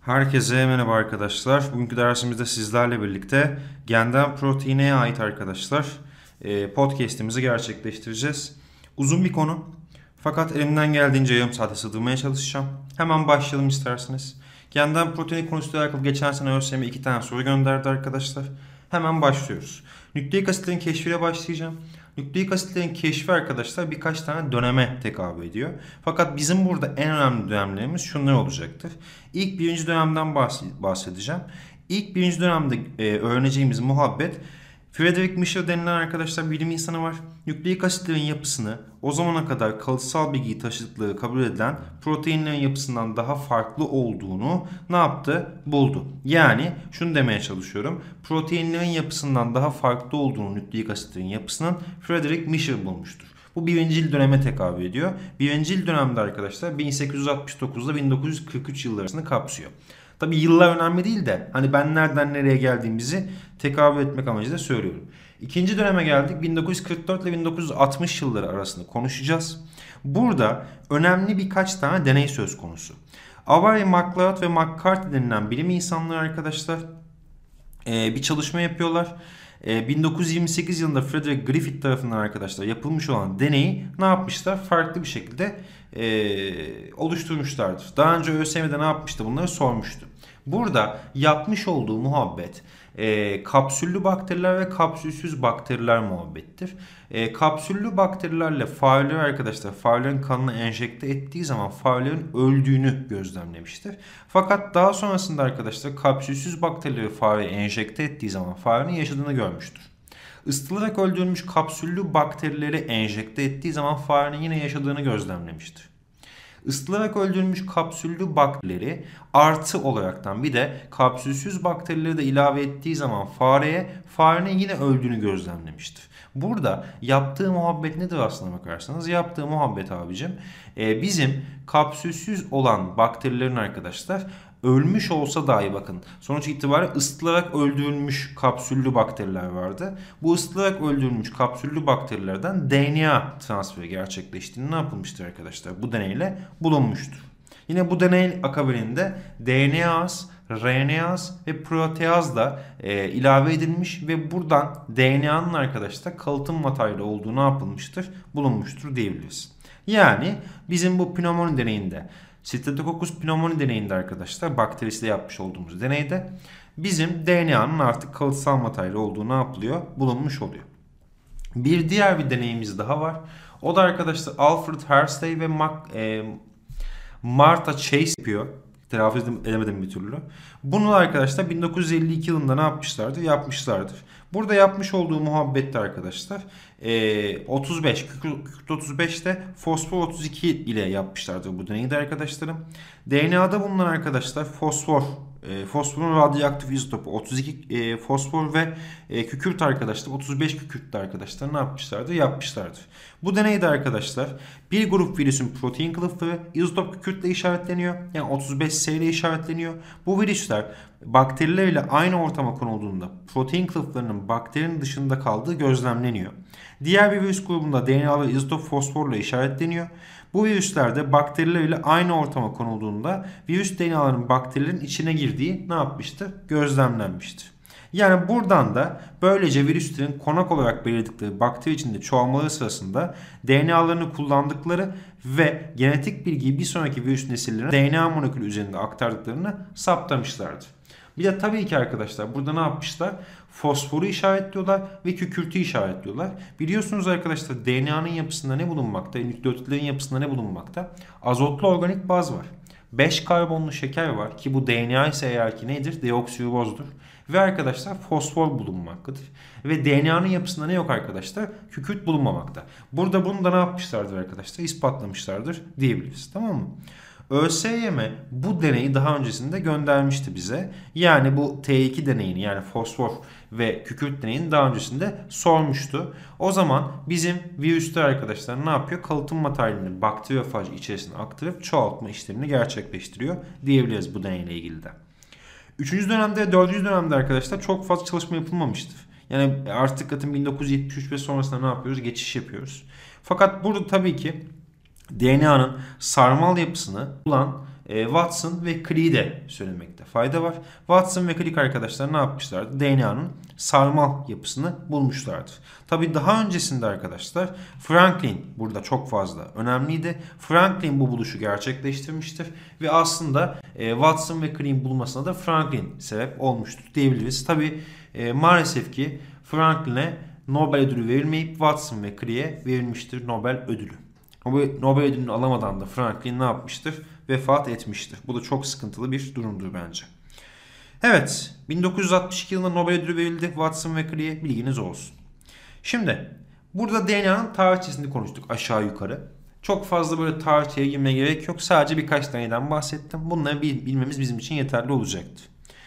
Herkese merhaba arkadaşlar. Bugünkü dersimizde sizlerle birlikte genden proteine ait arkadaşlar podcast'imizi gerçekleştireceğiz. Uzun bir konu fakat elimden geldiğince yarım saate sığdırmaya çalışacağım. Hemen başlayalım isterseniz. Genden protein konusuyla alakalı geçen sene ÖSYM 2 tane soru gönderdi arkadaşlar. Hemen başlıyoruz. Nükleik asitlerin keşfiyle başlayacağım. Nükleik asitlerin keşfi arkadaşlar birkaç tane döneme tekabül ediyor. Fakat bizim burada en önemli dönemlerimiz şunlar olacaktır. İlk birinci dönemden bahsedeceğim. İlk birinci dönemde öğreneceğimiz muhabbet, Friedrich Michel denilen arkadaşlar bilim insanı var. Nükleik asitlerin yapısını o zamana kadar kalıtsal bilgiyi taşıdıkları kabul edilen proteinlerin yapısından daha farklı olduğunu ne yaptı? Buldu. Yani şunu demeye çalışıyorum. Proteinlerin yapısından daha farklı olduğunu nükleik asitlerin yapısının Friedrich Michel bulmuştur. Bu birincil döneme tekabül ediyor. Birincil dönemde arkadaşlar 1869 ile 1943 yılları arasını kapsıyor. Tabi yıllar önemli değil de hani ben nereden nereye geldiğimizi tekabül etmek amacıyla söylüyorum. İkinci döneme geldik. 1944 ile 1960 yılları arasında konuşacağız. Burada önemli birkaç tane deney söz konusu. Avery, McLeod ve McCarthy denilen bilim insanları arkadaşlar bir çalışma yapıyorlar. 1928 yılında Frederick Griffith tarafından arkadaşlar yapılmış olan deneyi ne yapmışlar? Farklı bir şekilde oluşturmuşlardır. Daha önce ÖSYM'de ne yapmıştı? Bunları sormuştu. Burada yapmış olduğu muhabbet kapsüllü bakteriler ve kapsülsüz bakteriler muhabbettir. Kapsüllü bakterilerle fareleri arkadaşlar farelerin kanına enjekte ettiği zaman farelerin öldüğünü gözlemlemiştir. Fakat daha sonrasında arkadaşlar kapsülsüz bakterileri fareye enjekte ettiği zaman farenin yaşadığını görmüştür. Isıtılarak öldürülmüş kapsüllü bakterileri enjekte ettiği zaman farenin yine yaşadığını gözlemlemiştir. Isıtılarak öldürülmüş kapsüllü bakterileri artı olaraktan bir de kapsülsüz bakterileri de ilave ettiği zaman farenin yine öldüğünü gözlemlemiştir. Burada yaptığı muhabbet nedir aslına bakarsanız? Yaptığı muhabbet abicim bizim kapsülsüz olan bakterilerin arkadaşlar ölmüş olsa dahi bakın sonuç itibariyle ısıtılarak öldürülmüş kapsüllü bakteriler vardı. Bu ısıtılarak öldürülmüş kapsüllü bakterilerden DNA transferi gerçekleştiğini ne yapılmıştır arkadaşlar? Bu deneyle bulunmuştur. Yine bu deney akabininde DNA'z, RNA'z ve proteaz da ilave edilmiş ve buradan DNA'nın arkadaşlar kalıtım materyali olduğu ne yapılmıştır? Bulunmuştur diyebiliriz. Yani bizim bu pnömoni deneyinde Streptococcus pneumoniae deneyinde arkadaşlar bakterisiyle yapmış olduğumuz deneyde bizim DNA'nın artık kalıtsal materyali olduğu ne yapılıyor? Bulunmuş oluyor. Bir diğer bir deneyimiz daha var. O da arkadaşlar Alfred Hershey ve Martha Chase yapıyor. Telaffuz edemedim bir türlü. Bunu arkadaşlar 1952 yılında ne yapmışlardır? Yapmışlardır. Burada yapmış olduğu muhabbette arkadaşlar 35'te fosfor 32 ile yapmışlardır bu deneyi de arkadaşlarım. DNA'da bulunan arkadaşlar fosforun radyoaktif izotopu 32 fosfor ve kükürt arkadaşlar 35 kükürtlü arkadaşlar ne yapmışlardır? Yapmışlardır. Bu deneyde arkadaşlar bir grup virüsün protein kılıfları izotop kükürtle işaretleniyor. Yani 35S ile işaretleniyor. Bu virüsler bakterilerle aynı ortama konulduğunda protein kılıflarının bakterinin dışında kaldığı gözlemleniyor. Diğer bir virüs grubunda DNA'ları izotop fosforla işaretleniyor. Bu virüslerde bakterilerle aynı ortama konulduğunda virüs DNA'ların bakterilerin içine girdiği ne yapmıştır? Gözlemlenmiştir. Yani buradan da böylece virüslerin konak olarak belirledikleri bakteri içinde çoğalmaları sırasında DNA'larını kullandıkları ve genetik bilgiyi bir sonraki virüs nesillerine DNA molekülü üzerinde aktardıklarını saptamışlardır. Bir de tabii ki arkadaşlar burada ne yapmışlar? Fosforu işaretliyorlar ve kükürtü işaretliyorlar. Biliyorsunuz arkadaşlar DNA'nın yapısında ne bulunmakta? Nükleotitlerin yapısında ne bulunmakta? Azotlu organik baz var. 5 karbonlu şeker var ki bu DNA ise eğer ki nedir? Deoksiribozdur. Ve arkadaşlar fosfor bulunmaktadır. Ve DNA'nın yapısında ne yok arkadaşlar? Kükürt bulunmamakta. Burada bunu da ne yapmışlardır arkadaşlar? İspatlamışlardır diyebiliriz. Tamam mı? ÖSYM bu deneyi daha öncesinde göndermişti bize. Yani bu T2 deneyini yani fosfor ve kükürt deneyini daha öncesinde sormuştu. O zaman bizim virüsler arkadaşlar ne yapıyor? Kalıtım materyalini bakteriyofaj içerisine aktarıp çoğaltma işlemini gerçekleştiriyor diyebiliriz bu deneyle ilgili de. Üçüncü dönemde ve dördüncü dönemde arkadaşlar çok fazla çalışma yapılmamıştır. Yani artık zaten 1973 ve sonrasında ne yapıyoruz? Geçiş yapıyoruz. Fakat burada tabii ki DNA'nın sarmal yapısını bulan Watson ve Crick'i de söylemekte fayda var. Watson ve Crick arkadaşlar ne yapmışlardı? DNA'nın sarmal yapısını bulmuşlardı. Tabi daha öncesinde arkadaşlar Franklin burada çok fazla önemliydi. Franklin bu buluşu gerçekleştirmiştir ve aslında Watson ve Crick'in bulmasına da Franklin sebep olmuştur diyebiliriz. Tabi maalesef ki Franklin'e Nobel ödülü verilmeyip Watson ve Crick'e verilmiştir Nobel ödülü. Nobel ödülünü alamadan da Franklin ne yapmıştır? Vefat etmiştir. Bu da çok sıkıntılı bir durumdur bence. Evet, 1962 yılında Nobel ödülü verildi Watson ve Crick'e, bilginiz olsun. Şimdi burada DNA'nın tarihçesini konuştuk aşağı yukarı. Çok fazla böyle tarihçeye girmeye gerek yok. Sadece birkaç deneyden bahsettim. Bunları bilmemiz bizim için yeterli olacaktır.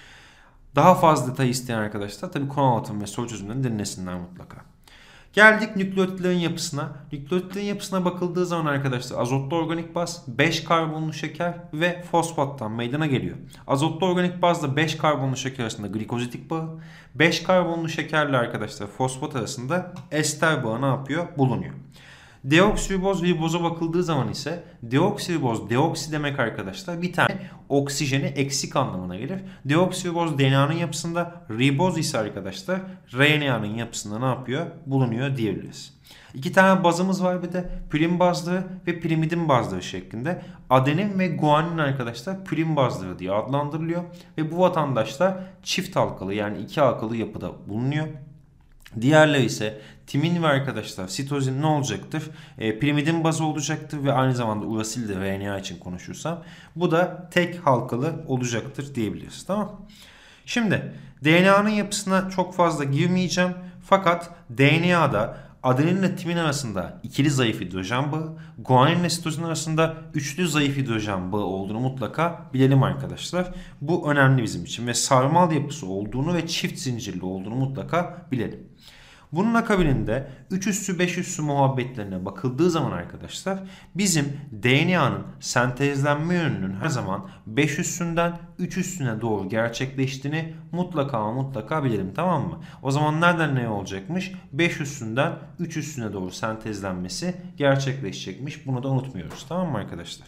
Daha fazla detay isteyen arkadaşlar tabii konu anlatım ve soru çözümlerini dinlesinler mutlaka. Geldik nükleotitlerin yapısına. Nükleotitlerin yapısına bakıldığı zaman arkadaşlar azotlu organik baz, 5 karbonlu şeker ve fosfattan meydana geliyor. Azotlu organik bazla 5 karbonlu şeker arasında glikozidik bağı, 5 karbonlu şekerle arkadaşlar fosfat arasında ester bağı ne yapıyor? Bulunuyor. Deoksiriboz riboza bakıldığı zaman ise deoksiriboz, deoksi demek arkadaşlar bir tane oksijeni eksik anlamına gelir. Deoksiriboz DNA'nın yapısında, riboz ise arkadaşlar RNA'nın yapısında ne yapıyor? Bulunuyor diyebiliriz. İki tane bazımız var bir de pürin bazları ve pirimidin bazları şeklinde. Adenin ve guanin arkadaşlar pürin bazları diye adlandırılıyor. Ve bu vatandaşlar çift halkalı yani iki halkalı yapıda bulunuyor. Diğerleri ise timin ve arkadaşlar sitozin ne olacaktır? Pirimidin bazı olacaktır ve aynı zamanda urasil de RNA için konuşursam bu da tek halkalı olacaktır diyebiliriz. Tamam. Şimdi DNA'nın yapısına çok fazla girmeyeceğim. Fakat DNA'da adenin ile timin arasında ikili zayıf hidrojen bağı, guanin ile sitozin arasında üçlü zayıf hidrojen bağı olduğunu mutlaka bilelim arkadaşlar. Bu önemli bizim için ve sarmal yapısı olduğunu ve çift zincirli olduğunu mutlaka bilelim. Bunun akabininde 3 üssü 5 üssü muhabbetlerine bakıldığı zaman arkadaşlar bizim DNA'nın sentezlenme yönünün her zaman 5 üssünden 3 üssüne doğru gerçekleştiğini mutlaka bilelim, tamam mı? O zaman nereden ne olacakmış? 5 üssünden 3 üssüne doğru sentezlenmesi gerçekleşecekmiş. Bunu da unutmuyoruz, tamam mı arkadaşlar?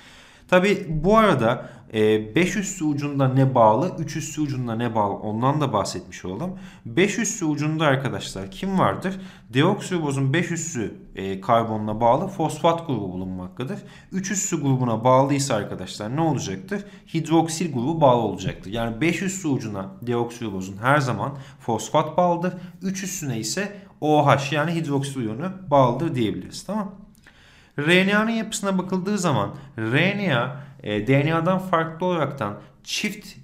Tabi bu arada 5 üssü ucunda ne bağlı, 3 üssü ucunda ne bağlı ondan da bahsetmiş olalım. 5 üssü ucunda arkadaşlar kim vardır? Deoksiribozun 5 üssü karbonla bağlı fosfat grubu bulunmaktadır. 3 üssü grubuna bağlıysa arkadaşlar ne olacaktır? Hidroksil grubu bağlı olacaktır. Yani 5 üssü ucuna deoksiribozun her zaman fosfat bağlıdır. 3 üssüne ise OH yani hidroksil iyonu bağlıdır diyebiliriz, tamam. RNA'nın yapısına bakıldığı zaman RNA DNA'dan farklı olaraktan çift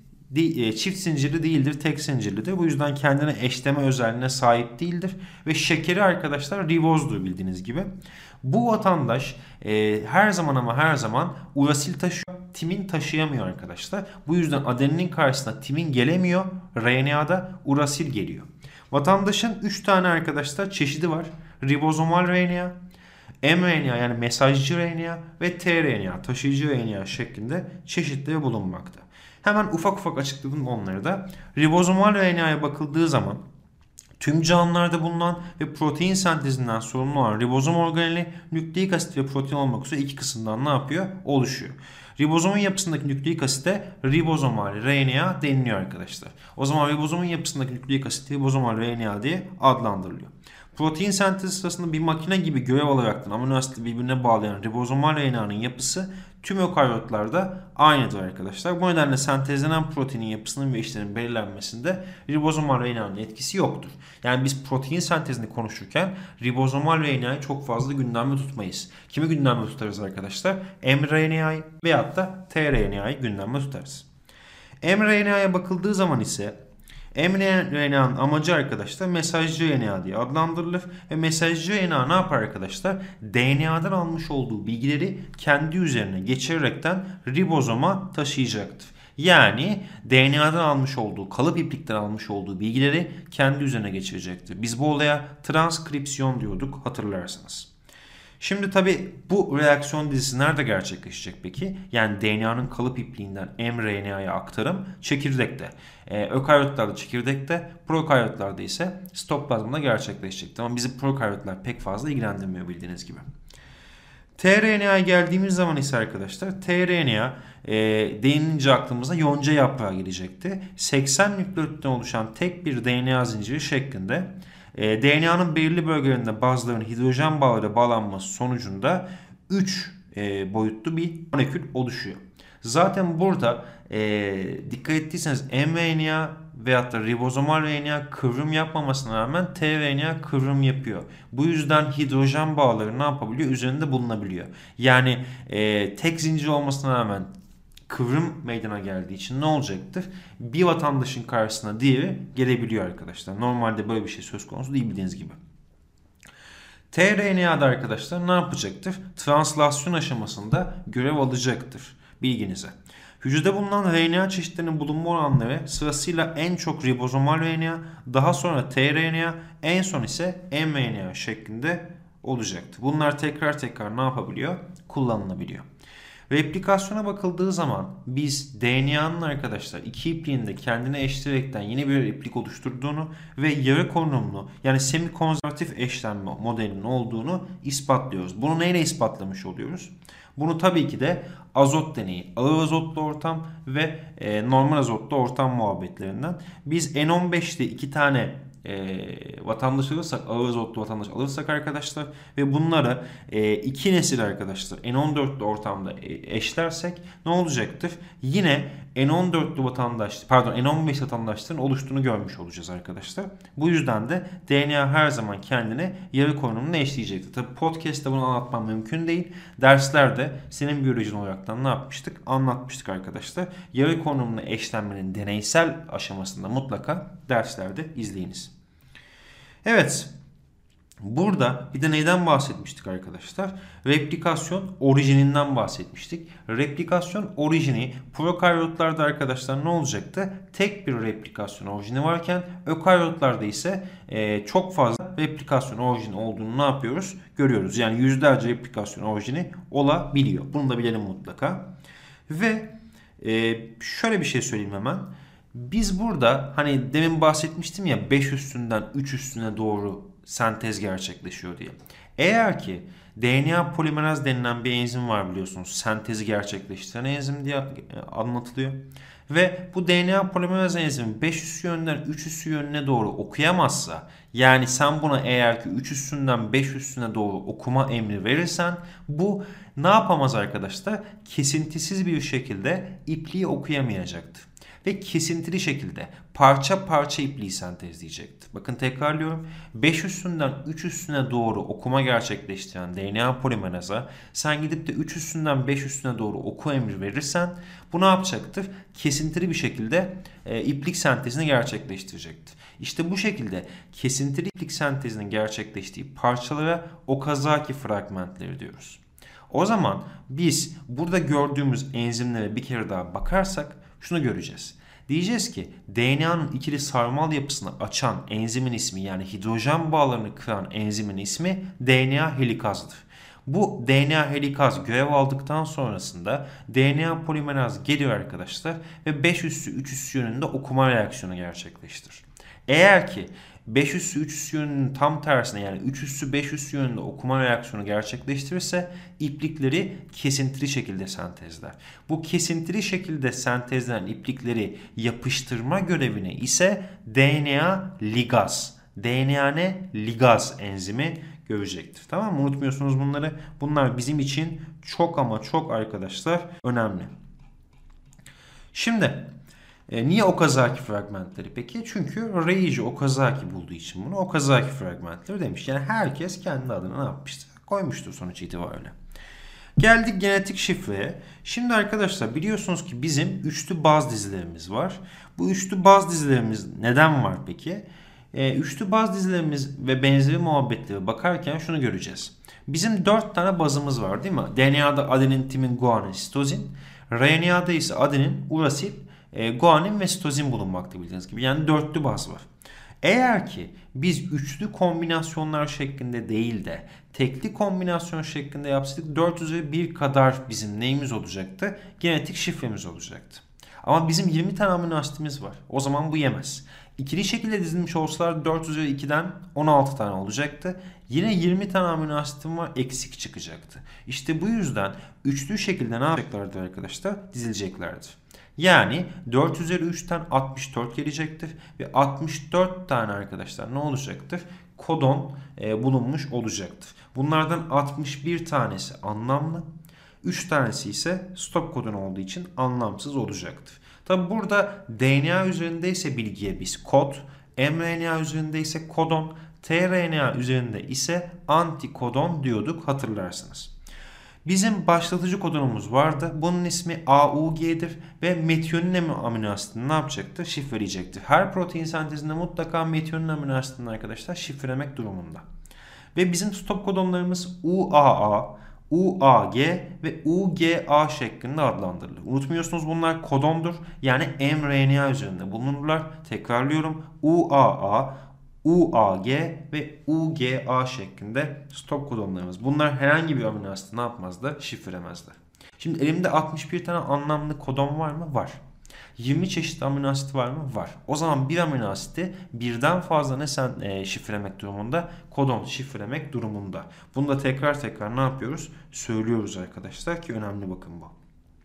zincirli değildir, tek zincirlidir. Bu yüzden kendine eşleme özelliğine sahip değildir ve şekeri arkadaşlar ribozdur bildiğiniz gibi. Bu vatandaş her zaman urasil taşıyor, timin taşıyamıyor arkadaşlar. Bu yüzden adeninin karşısına timin gelemiyor, RNA'da urasil geliyor. Vatandaşın 3 tane arkadaşlar çeşidi var. Ribozomal RNA, mRNA yani mesajcı RNA ve tRNA taşıyıcı RNA şeklinde çeşitleri bulunmakta. Hemen ufak açıkladım onları da. Ribozomal RNA'ya bakıldığı zaman tüm canlılarda bulunan ve protein sentezinden sorumlu olan ribozom organeli nükleik asit ve protein olmak üzere iki kısımdan ne yapıyor? Oluşuyor. Ribozomun yapısındaki nükleik asite ribozomal RNA deniliyor arkadaşlar. O zaman ribozomun yapısındaki nükleik asit ribozomal RNA diye adlandırılıyor. Protein sentezi sırasında bir makine gibi görev alaraktan amino asiti birbirine bağlayan ribozomal RNA'nın yapısı tüm ökaryotlarda aynıdır arkadaşlar. Bu nedenle sentezlenen proteinin yapısının ve işlerinin belirlenmesinde ribozomal RNA'nın etkisi yoktur. Yani biz protein sentezini konuşurken ribozomal RNA'yı çok fazla gündemde tutmayız. Kimi gündemde tutarız arkadaşlar? mRNA'yı veyahut da tRNA'yı gündemde tutarız. mRNA'ya bakıldığı zaman ise mRNA'nın amacı arkadaşlar mesajcı RNA diye adlandırılır ve mesajcı RNA ne yapar arkadaşlar? DNA'dan almış olduğu bilgileri kendi üzerine geçirerekten ribozoma taşıyacaktır. Yani DNA'dan almış olduğu, kalıp iplikten almış olduğu bilgileri kendi üzerine geçirecektir. Biz bu olaya transkripsiyon diyorduk, hatırlarsınız. Şimdi tabi bu reaksiyon dizisi nerede gerçekleşecek peki? Yani DNA'nın kalıp ipliğinden mRNA'ya aktarım çekirdekte. Ökaryotlarda çekirdekte, prokaryotlarda ise sitoplazmada gerçekleşecektir. Ama bizi prokaryotlar pek fazla ilgilendirmiyor bildiğiniz gibi. tRNA'ya geldiğimiz zaman ise arkadaşlar tRNA denilince aklımıza yonca yaprağı gelecekti. 80 nükleotitten oluşan tek bir DNA zinciri şeklinde DNA'nın belirli bölgelerinde bazılarının hidrojen bağıyla bağlanması sonucunda 3 boyutlu bir molekül oluşuyor. Zaten burada dikkat ettiyseniz mRNA veyahut da ribozomal RNA kıvrım yapmamasına rağmen tRNA kıvrım yapıyor. Bu yüzden hidrojen bağları ne yapabiliyor? Üzerinde bulunabiliyor. Yani tek zincir olmasına rağmen kıvrım meydana geldiği için ne olacaktır? Bir vatandaşın karşısına diğeri gelebiliyor arkadaşlar. Normalde böyle bir şey söz konusu değil bildiğiniz gibi. tRNA'da arkadaşlar ne yapacaktır? Translasyon aşamasında görev alacaktır. Bilginize. Hücrede bulunan RNA çeşitlerinin bulunma oranları sırasıyla en çok ribozomal RNA, daha sonra tRNA, en son ise mRNA şeklinde olacaktır. Bunlar tekrar tekrar ne yapabiliyor? Kullanılabiliyor. Replikasyona bakıldığı zaman biz DNA'nın arkadaşlar iki ipliğinde kendine eşleyerekten yeni bir replik oluşturduğunu ve yarı korunumlu yani semi-konservatif eşlenme modelinin olduğunu ispatlıyoruz. Bunu neyle ispatlamış oluyoruz? Bunu tabii ki de azot deneyi, ağır azotlu ortam ve normal azotlu ortam muhabbetlerinden. Biz N15'te 2 tane vatandaş alırsak, ağır azotlu vatandaş alırsak arkadaşlar ve bunları 2 nesil arkadaşlar N14'lü ortamda eşlersek ne olacaktır? Yine N14'lü vatandaş, pardon N15 vatandaşların oluştuğunu görmüş olacağız arkadaşlar. Bu yüzden de DNA her zaman kendine yarı korunumunu eşleyecektir. Tabi podcast'te bunu anlatmam mümkün değil. Derslerde senin biyolojin olaraktan ne yapmıştık? Anlatmıştık arkadaşlar. Yarı korunumlu eşlenmenin deneysel aşamasında mutlaka derslerde izleyiniz. Evet. Burada bir de neyden bahsetmiştik arkadaşlar? Replikasyon orijininden bahsetmiştik. Replikasyon orijini prokaryotlarda arkadaşlar ne olacaktı? Tek bir replikasyon orijini varken ökaryotlarda ise çok fazla replikasyon orijini olduğunu ne yapıyoruz? Görüyoruz. Yani yüzlerce replikasyon orijini olabiliyor. Bunu da bilelim mutlaka. Ve şöyle bir şey söyleyeyim hemen. Biz burada hani demin bahsetmiştim ya 5 üstünden 3 üstüne doğru sentez gerçekleşiyor diye. Eğer ki DNA polimeraz denilen bir enzim var biliyorsunuz. Sentezi gerçekleştiren enzim diye anlatılıyor. Ve bu DNA polimeraz enzimi 5 üssü yönden 3 üssü yönüne doğru okuyamazsa, yani sen buna eğer ki 3 üstünden 5 üstüne doğru okuma emri verirsen bu ne yapamaz arkadaşlar? Kesintisiz bir şekilde ipliği okuyamayacaktır. Ve kesintili şekilde parça parça ipliği sentezleyecektir. Bakın tekrarlıyorum. 5 üstünden 3 üstüne doğru okuma gerçekleştiren DNA polimeraza sen gidip de 3 üstünden 5 üstüne doğru oku emri verirsen bu ne yapacaktır? Kesintili bir şekilde iplik sentezini gerçekleştirecektir. İşte bu şekilde kesintili iplik sentezinin gerçekleştiği parçalara Okazaki fragmentleri diyoruz. O zaman biz burada gördüğümüz enzimlere bir kere daha bakarsak şunu göreceğiz. Diyeceğiz ki DNA'nın ikili sarmal yapısını açan enzimin ismi, yani hidrojen bağlarını kıran enzimin ismi DNA helikazdır. Bu DNA helikaz görev aldıktan sonrasında DNA polimeraz geliyor arkadaşlar ve 5 üssü 3 üssü yönünde okuma reaksiyonu gerçekleştirir. Eğer ki 5 üssü 3 üssü yönünün tam tersine, yani 3 üssü 5 üssü yönünde okuma reaksiyonu gerçekleştirirse iplikleri kesintili şekilde sentezler. Bu kesintili şekilde sentezlenen iplikleri yapıştırma görevini ise DNA ligaz enzimi görecektir. Tamam mı? Unutmuyorsunuz bunları. Bunlar bizim için çok ama çok arkadaşlar önemli. Şimdi niye Okazaki fragmentleri peki? Çünkü Reiji Okazaki bulduğu için bunu Okazaki fragmentleri demiş. Yani herkes kendi adına ne yapmıştır? Koymuştur sonuç itibariyle. Geldik genetik şifreye. Şimdi arkadaşlar biliyorsunuz ki bizim üçlü baz dizilerimiz var. Bu üçlü baz dizilerimiz neden var peki? Üçlü baz dizilerimiz ve benzeri muhabbetlere bakarken şunu göreceğiz. Bizim 4 tane bazımız var değil mi? DNA'da adenin, timin, guanin, sitozin. RNA'da ise adenin, urasil, guanin ve sitozin bulunmakta bildiğiniz gibi. Yani dörtlü baz var. Eğer ki biz üçlü kombinasyonlar şeklinde değil de tekli kombinasyon şeklinde yapsaydık 4 üzeri 1 kadar bizim neyimiz olacaktı? Genetik şifremiz olacaktı. Ama bizim 20 tane amino asitimiz var. O zaman bu yemez. İkili şekilde dizilmiş olsalar 4 üzeri 2'den 16 tane olacaktı. Yine 20 tane amino asitim var, eksik çıkacaktı. İşte bu yüzden üçlü şekilde ne yapacaklardır arkadaşlar? Dizileceklerdi. Yani 4 üzeri 3'ten 64 gelecektir. Ve 64 tane arkadaşlar ne olacaktır? Kodon bulunmuş olacaktır. Bunlardan 61 tanesi anlamlı. 3 tanesi ise stop kodon olduğu için anlamsız olacaktır. Tabi burada DNA üzerindeyse bilgiye biz kod, mRNA üzerindeyse kodon, tRNA üzerinde ise antikodon diyorduk, hatırlarsınız. Bizim başlatıcı kodonumuz vardı. Bunun ismi AUG'dir ve metionin amino asitini ne yapacaktır? Şifreleyecektir. Her protein sentezinde mutlaka metionin amino asitini arkadaşlar şifrelemek durumunda. Ve bizim stop kodonlarımız UAA, UAG ve UGA şeklinde adlandırılır. Unutmuyorsunuz, bunlar kodondur. Yani mRNA üzerinde bulunurlar. Tekrarlıyorum. UAA, UAG ve UGA şeklinde stop kodonlarımız. Bunlar herhangi bir amino asiti ne yapmazlar? Şifrelemezler. Şimdi elimde 61 tane anlamlı kodon var mı? Var. 20 çeşit amino asit var mı? Var. O zaman bir amino asiti birden fazla şifrelemek durumunda? Kodon şifrelemek durumunda. Bunu da tekrar ne yapıyoruz? Söylüyoruz arkadaşlar ki önemli, bakın bu.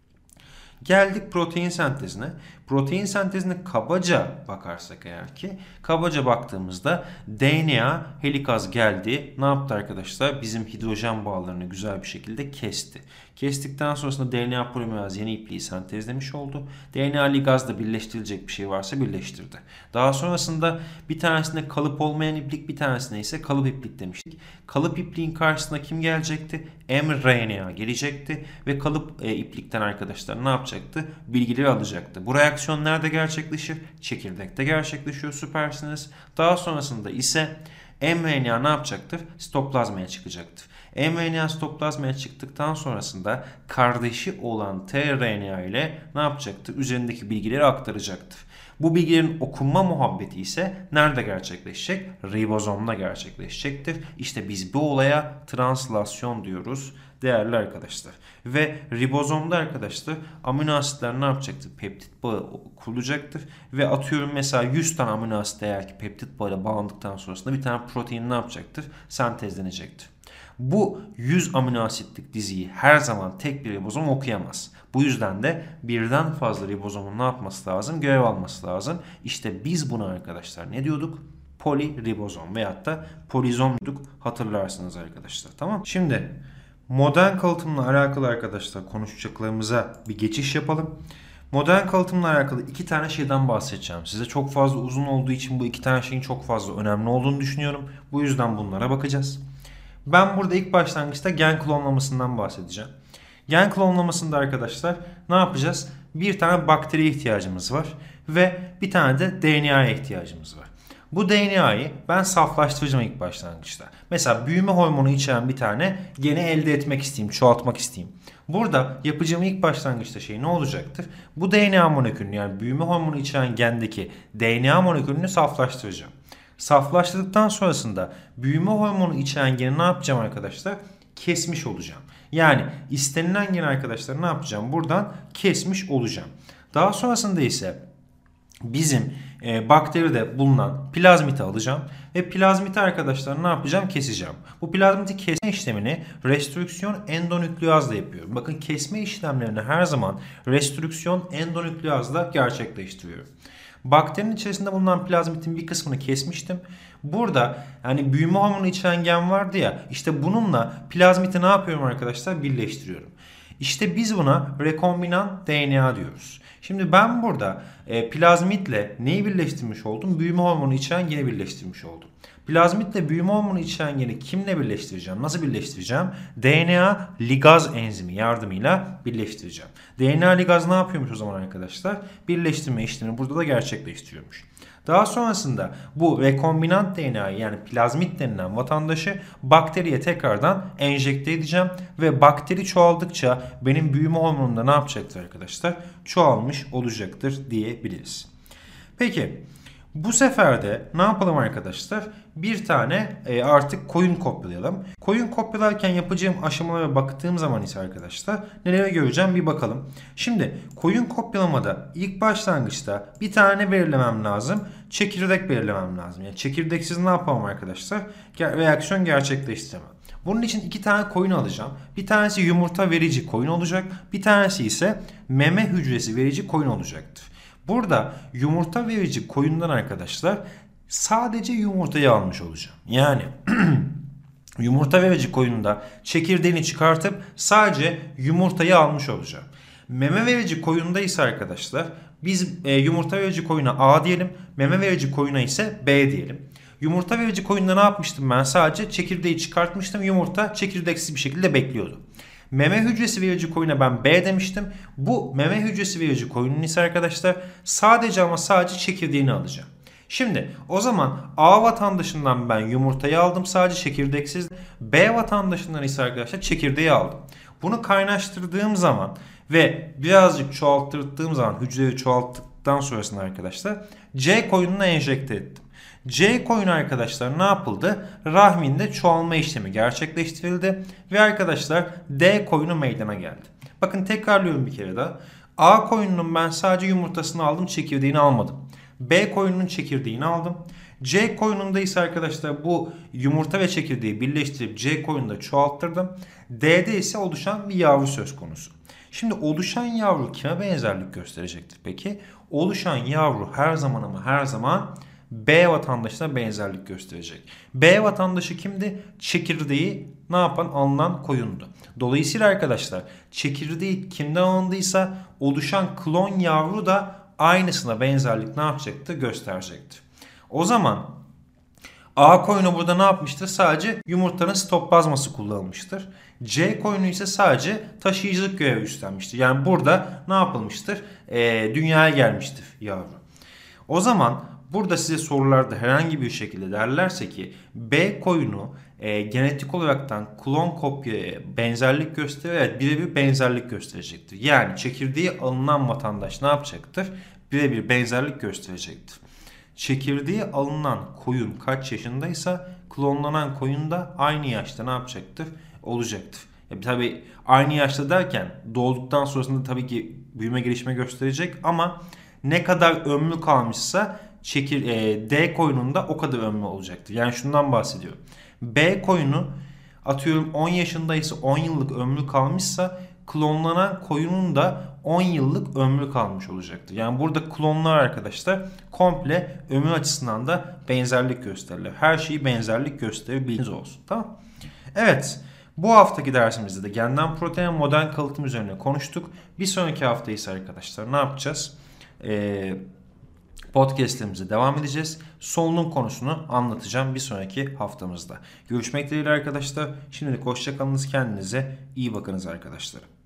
Geldik protein sentezine. Protein sentezine kabaca bakarsak eğer ki, kabaca baktığımızda DNA helikaz geldi. Ne yaptı arkadaşlar? Bizim hidrojen bağlarını güzel bir şekilde kesti. Kestikten sonrasında DNA polimeraz yeni ipliği sentezlemiş oldu. DNA ligazla birleştirilecek bir şey varsa birleştirdi. Daha sonrasında bir tanesinde kalıp olmayan iplik, bir tanesine ise kalıp iplik demiştik. Kalıp ipliğin karşısına kim gelecekti? mRNA gelecekti ve kalıp iplikten arkadaşlar ne yapacaktı? Bilgileri alacaktı. Bu reaksiyon nerede gerçekleşir? Çekirdekte gerçekleşiyor, süpersiniz. Daha sonrasında ise mRNA ne yapacaktır? Sitoplazmaya çıkacaktır. mRNA sitoplazmaya çıktıktan sonrasında kardeşi olan tRNA ile ne yapacaktır? Üzerindeki bilgileri aktaracaktır. Bu bilgilerin okunma muhabbeti ise nerede gerçekleşecek? Ribozomda gerçekleşecektir. İşte biz bu olaya translasyon diyoruz değerli arkadaşlar. Ve ribozomda arkadaşlar amino asitler ne yapacaktır? Peptit bağı kurulacaktır. Ve atıyorum mesela 100 tane amino asit eğer ki peptit bağıyla bağlandıktan sonrasında bir tane protein ne yapacaktır? Sentezlenecektir. Bu 100 amino asitlik diziyi her zaman tek bir ribozom okuyamaz. Bu yüzden de birden fazla ribozomun ne yapması lazım? Görev alması lazım. İşte biz buna arkadaşlar ne diyorduk? Poliribozom veyahut da polizom diyorduk. Hatırlarsınız arkadaşlar. Tamam. Şimdi modern kalıtımla alakalı arkadaşlar konuşacaklarımıza bir geçiş yapalım. Modern kalıtımla alakalı iki tane şeyden bahsedeceğim size. Çok fazla uzun olduğu için bu iki tane şeyin çok fazla önemli olduğunu düşünüyorum. Bu yüzden bunlara bakacağız. Ben burada ilk başlangıçta gen klonlamasından bahsedeceğim. Gen klonlamasında arkadaşlar ne yapacağız? Bir tane bakteriye ihtiyacımız var ve bir tane de DNA'ya ihtiyacımız var. Bu DNA'yı ben saflaştıracağım ilk başlangıçta. Mesela büyüme hormonu içeren bir tane geni elde etmek isteyeyim, çoğaltmak isteyeyim. Burada yapacağım ilk başlangıçta şey ne olacaktır? Bu DNA molekülünü, yani büyüme hormonu içeren gendeki DNA molekülünü saflaştıracağım. Saflaştırdıktan sonrasında büyüme hormonu içeren geni ne yapacağım arkadaşlar? Kesmiş olacağım. Yani istenilen geni arkadaşlar ne yapacağım? Buradan kesmiş olacağım. Daha sonrasında ise bizim bakteride bulunan plazmiti alacağım ve plazmiti arkadaşlar ne yapacağım? Keseceğim. Bu plazmiti kesme işlemini restrüksiyon endonükleazla yapıyorum. Bakın, kesme işlemlerini her zaman restrüksiyon endonükleazla gerçekleştiriyorum. Bakterinin içerisinde bulunan plazmitin bir kısmını kesmiştim. Burada yani büyüme hormonu içeren gen vardı ya, işte bununla plazmiti ne yapıyorum arkadaşlar? Birleştiriyorum. İşte biz buna rekombinant DNA diyoruz. Şimdi ben burada plazmitle neyi birleştirmiş oldum? Büyüme hormonu içeren geni birleştirmiş oldum. Plazmitle büyüme hormonu içeren geni kimle birleştireceğim? Nasıl birleştireceğim? DNA ligaz enzimi yardımıyla birleştireceğim. DNA ligaz ne yapıyormuş o zaman arkadaşlar? Birleştirme işlemini burada da gerçekleştiriyormuş. Daha sonrasında bu rekombinant DNA'yı, yani plazmit denilen vatandaşı bakteriye tekrardan enjekte edeceğim. Ve bakteri çoğaldıkça benim büyüme hormonum da ne yapacaktır arkadaşlar? Çoğalmış olacaktır diyebiliriz. Peki Bu sefer de ne yapalım arkadaşlar? Bir tane artık koyun kopyalayalım. Koyun kopyalarken yapacağım aşamalara baktığım zaman ise arkadaşlar neler göreceğim bir bakalım. Şimdi koyun kopyalamada ilk başlangıçta bir tane belirlemem lazım. Çekirdek belirlemem lazım. Yani çekirdeksiz ne yapalım arkadaşlar? Reaksiyon gerçekleştiremem. Bunun için iki tane koyun alacağım. Bir tanesi yumurta verici koyun olacak. Bir tanesi ise meme hücresi verici koyun olacaktır. Burada yumurta verici koyundan arkadaşlar sadece yumurtayı almış olacağım. Yani yumurta verici koyunda çekirdeğini çıkartıp sadece yumurtayı almış olacağım. Meme verici koyunda ise arkadaşlar biz yumurta verici koyuna A diyelim. Meme verici koyuna ise B diyelim. Yumurta verici koyunda ne yapmıştım ben? Sadece çekirdeği çıkartmıştım. Yumurta çekirdeksiz bir şekilde bekliyordu. Meme hücresi verici koyuna ben B demiştim. Bu meme hücresi verici koyunun ise arkadaşlar sadece ama sadece çekirdeğini alacağım. Şimdi o zaman A vatandaşından ben yumurtayı aldım sadece çekirdeksiz. B vatandaşından ise arkadaşlar çekirdeği aldım. Bunu kaynaştırdığım zaman ve birazcık çoğalttırdığım zaman hücreyi çoğalttıktan sonrasında arkadaşlar C koyununa enjekte ettim. C koyunu arkadaşlar ne yapıldı? Rahminde çoğalma işlemi gerçekleştirildi ve arkadaşlar D koyunu meydana geldi. Bakın tekrarlıyorum bir kere daha. A koyununun ben sadece yumurtasını aldım, çekirdeğini almadım. B koyununun çekirdeğini aldım. C koyununda ise arkadaşlar bu yumurta ve çekirdeği birleştirip C koyununda çoğalttırdım. D'de ise oluşan bir yavru söz konusu. Şimdi oluşan yavru kime benzerlik gösterecektir peki? Oluşan yavru her zaman ama her zaman B vatandaşına benzerlik gösterecek. B vatandaşı kimdi? Çekirdeği ne yapan? Alınan koyundu. Dolayısıyla arkadaşlar çekirdeği kimden alındıysa oluşan klon yavru da aynısına benzerlik ne yapacaktı? Gösterecektir. O zaman A koyunu burada ne yapmıştır? Sadece yumurtanın sitoplazması kullanılmıştır. C koyunu ise sadece taşıyıcılık görevi üstlenmiştir. Yani burada ne yapılmıştır? Dünyaya gelmiştir yavru. O zaman burada size sorularda herhangi bir şekilde derlerse ki B koyunu genetik olaraktan klon kopyaya benzerlik gösterir. Evet, birebir benzerlik gösterecektir. Yani çekirdeği alınan vatandaş ne yapacaktır? Birebir benzerlik gösterecektir. Çekirdeği alınan koyun kaç yaşındaysa klonlanan koyun da aynı yaşta ne yapacaktır? Olacaktır. Tabii aynı yaşta derken doğduktan sonrasında tabii ki büyüme gelişme gösterecek ama ne kadar ömrü kalmışsa D koyununda o kadar ömrü olacaktır. Yani şundan bahsediyorum. B koyunu atıyorum 10 yaşındaysa 10 yıllık ömrü kalmışsa klonlanan koyunun da 10 yıllık ömrü kalmış olacaktır. Yani burada klonlar arkadaşlar komple ömür açısından da benzerlik gösterirler. Her şeyi benzerlik gösterir, bilginiz olsun. Tamam. Evet. Bu haftaki dersimizde de genden proteine modern kalıtım üzerine konuştuk. Bir sonraki hafta ise arkadaşlar ne yapacağız? Podcast'lerimize devam edeceğiz. Solunum konusunu anlatacağım bir sonraki haftamızda. Görüşmek dileğiyle arkadaşlar. Şimdilik hoşça kalınız, kendinize iyi bakınız arkadaşlar.